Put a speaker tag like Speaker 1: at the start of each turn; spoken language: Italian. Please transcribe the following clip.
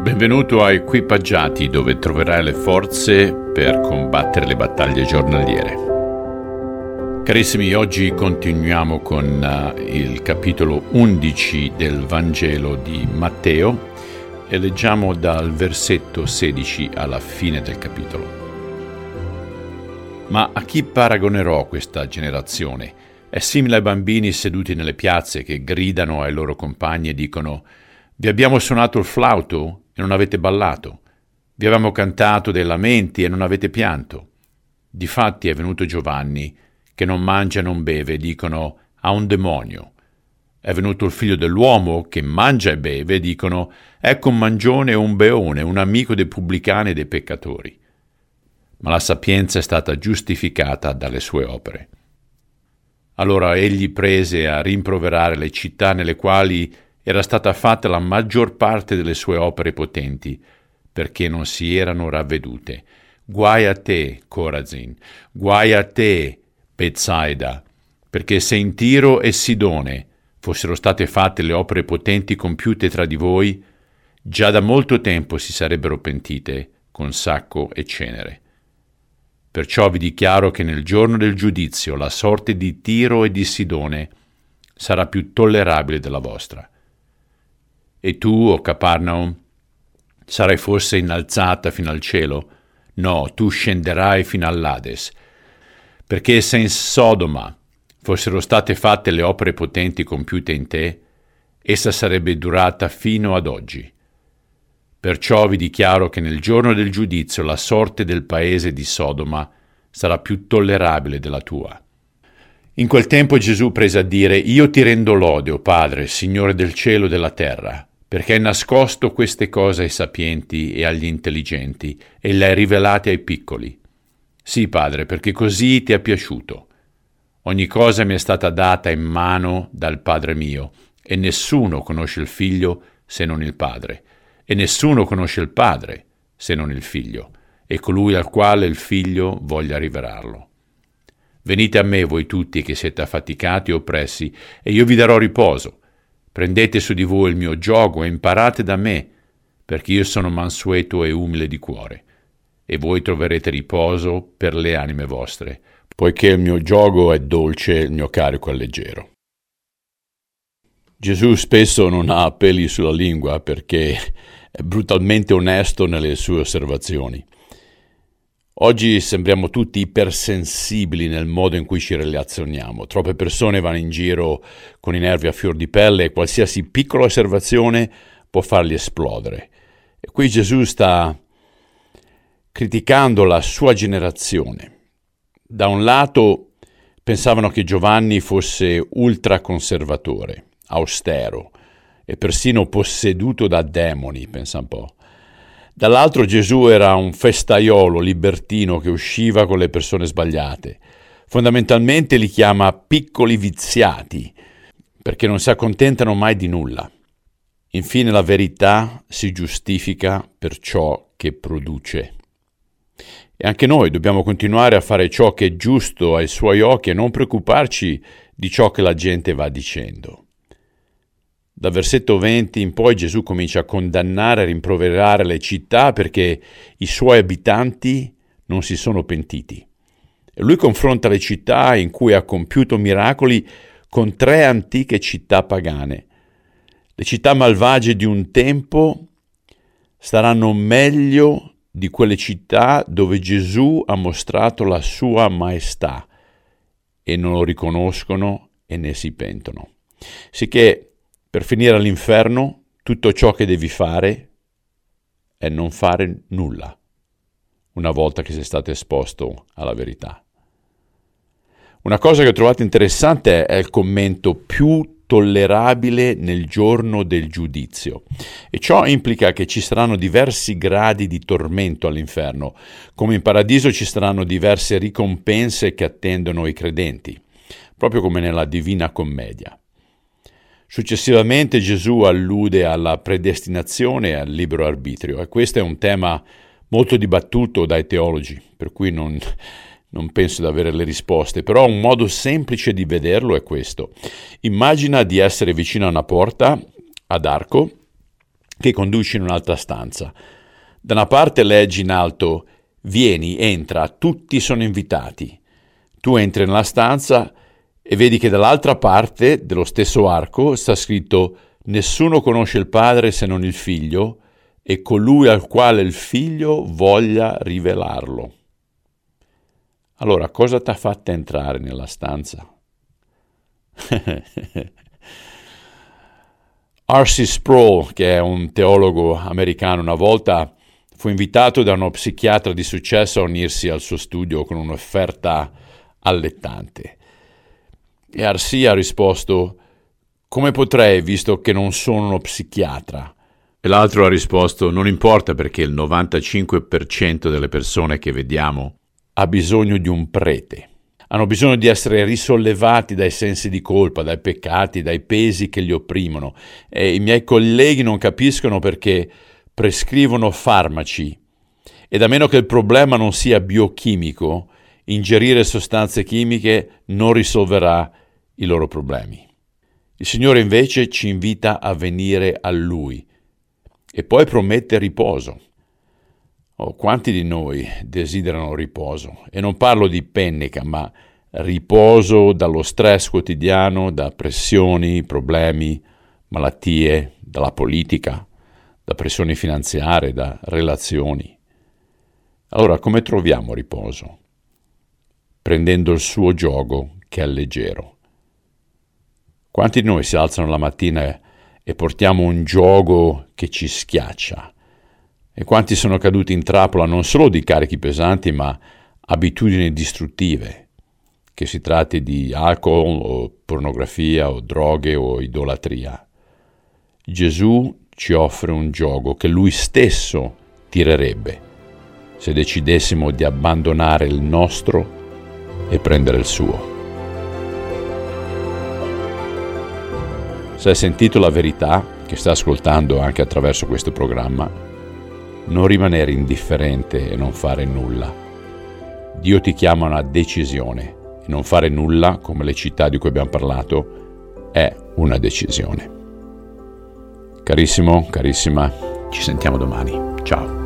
Speaker 1: Benvenuto a Equipaggiati, dove troverai le forze per combattere le battaglie giornaliere. Carissimi, oggi continuiamo con il capitolo 11 del Vangelo di Matteo e leggiamo dal versetto 16 alla fine del capitolo. Ma a chi paragonerò questa generazione? È simile ai bambini seduti nelle piazze che gridano ai loro compagni e dicono: «Vi abbiamo suonato il flauto e non avete ballato. Vi avevamo cantato dei lamenti e non avete pianto». Difatti è venuto Giovanni, che non mangia e non beve, e dicono: «Ha un demonio». È venuto il figlio dell'uomo, che mangia e beve, e dicono: «Ecco un mangione e un beone, un amico dei pubblicani e dei peccatori». Ma la sapienza è stata giustificata dalle sue opere. Allora egli prese a rimproverare le città nelle quali era stata fatta la maggior parte delle sue opere potenti, perché non si erano ravvedute. Guai a te, Corazin, guai a te, Betsaida, perché se in Tiro e Sidone fossero state fatte le opere potenti compiute tra di voi, già da molto tempo si sarebbero pentite con sacco e cenere. Perciò vi dichiaro che nel giorno del giudizio la sorte di Tiro e di Sidone sarà più tollerabile della vostra. E tu, o Capernaum, sarai forse innalzata fino al cielo? No, tu scenderai fino all'Ades. Perché se in Sodoma fossero state fatte le opere potenti compiute in te, essa sarebbe durata fino ad oggi. Perciò vi dichiaro che nel giorno del giudizio la sorte del paese di Sodoma sarà più tollerabile della tua. In quel tempo Gesù prese a dire: «Io ti rendo lode, o Padre, Signore del cielo e della terra, perché hai nascosto queste cose ai sapienti e agli intelligenti e le hai rivelate ai piccoli. Sì, Padre, perché così ti è piaciuto. Ogni cosa mi è stata data in mano dal Padre mio, e nessuno conosce il Figlio se non il Padre, e nessuno conosce il Padre se non il Figlio, e colui al quale il Figlio voglia rivelarlo. Venite a me voi tutti che siete affaticati e oppressi, e io vi darò riposo. Prendete su di voi il mio giogo e imparate da me, perché io sono mansueto e umile di cuore, e voi troverete riposo per le anime vostre, poiché il mio giogo è dolce e il mio carico è leggero». Gesù spesso non ha peli sulla lingua perché è brutalmente onesto nelle sue osservazioni. Oggi sembriamo tutti ipersensibili nel modo in cui ci relazioniamo. Troppe persone vanno in giro con i nervi a fior di pelle e qualsiasi piccola osservazione può farli esplodere. E qui Gesù sta criticando la sua generazione. Da un lato pensavano che Giovanni fosse ultraconservatore, austero e persino posseduto da demoni, pensa un po'. Dall'altro Gesù era un festaiolo libertino che usciva con le persone sbagliate. Fondamentalmente li chiama piccoli viziati, perché non si accontentano mai di nulla. Infine la verità si giustifica per ciò che produce. E anche noi dobbiamo continuare a fare ciò che è giusto ai suoi occhi e non preoccuparci di ciò che la gente va dicendo. Dal versetto 20 in poi Gesù comincia a condannare e rimproverare le città perché i suoi abitanti non si sono pentiti. E lui confronta le città in cui ha compiuto miracoli con 3 antiche città pagane. Le città malvagie di un tempo staranno meglio di quelle città dove Gesù ha mostrato la sua maestà e non lo riconoscono e ne si pentono. Sicché per finire all'inferno, tutto ciò che devi fare è non fare nulla, una volta che sei stato esposto alla verità. Una cosa che ho trovato interessante è il commento: più tollerabile nel giorno del giudizio. E ciò implica che ci saranno diversi gradi di tormento all'inferno, come in paradiso ci saranno diverse ricompense che attendono i credenti, proprio come nella Divina Commedia. Successivamente Gesù allude alla predestinazione e al libero arbitrio, e questo è un tema molto dibattuto dai teologi, per cui non penso di avere le risposte, però un modo semplice di vederlo è questo. Immagina di essere vicino a una porta ad arco che conduce in un'altra stanza. Da una parte leggi in alto: vieni, entra, tutti sono invitati. Tu entri nella stanza e vedi che dall'altra parte dello stesso arco sta scritto: nessuno conosce il Padre se non il Figlio e colui al quale il Figlio voglia rivelarlo. Allora, cosa ti ha fatto entrare nella stanza? R.C. Sproul, che è un teologo americano, una volta fu invitato da uno psichiatra di successo a unirsi al suo studio con un'offerta allettante. E R.C. ha risposto: come potrei, visto che non sono uno psichiatra? E l'altro ha risposto: non importa, perché il 95% delle persone che vediamo ha bisogno di un prete. Hanno bisogno di essere risollevati dai sensi di colpa, dai peccati, dai pesi che li opprimono. E i miei colleghi non capiscono perché prescrivono farmaci. Ed a meno che il problema non sia biochimico, ingerire sostanze chimiche non risolverà i loro problemi. Il Signore invece ci invita a venire a Lui e poi promette riposo. Quanti di noi desiderano riposo? E non parlo di pennica, ma riposo dallo stress quotidiano, da pressioni, problemi, malattie, dalla politica, da pressioni finanziarie, da relazioni. Allora, come troviamo riposo? Prendendo il suo giogo, che è leggero. Quanti di noi si alzano la mattina e portiamo un giogo che ci schiaccia? E quanti sono caduti in trappola non solo di carichi pesanti, ma abitudini distruttive, che si tratti di alcol o pornografia o droghe o idolatria. Gesù ci offre un giogo che Lui stesso tirerebbe se decidessimo di abbandonare il nostro e prendere il suo. Se hai sentito la verità che stai ascoltando anche attraverso questo programma, non rimanere indifferente e non fare nulla. Dio ti chiama a una decisione e non fare nulla, come le città di cui abbiamo parlato, è una decisione. Carissimo, carissima, ci sentiamo domani. Ciao.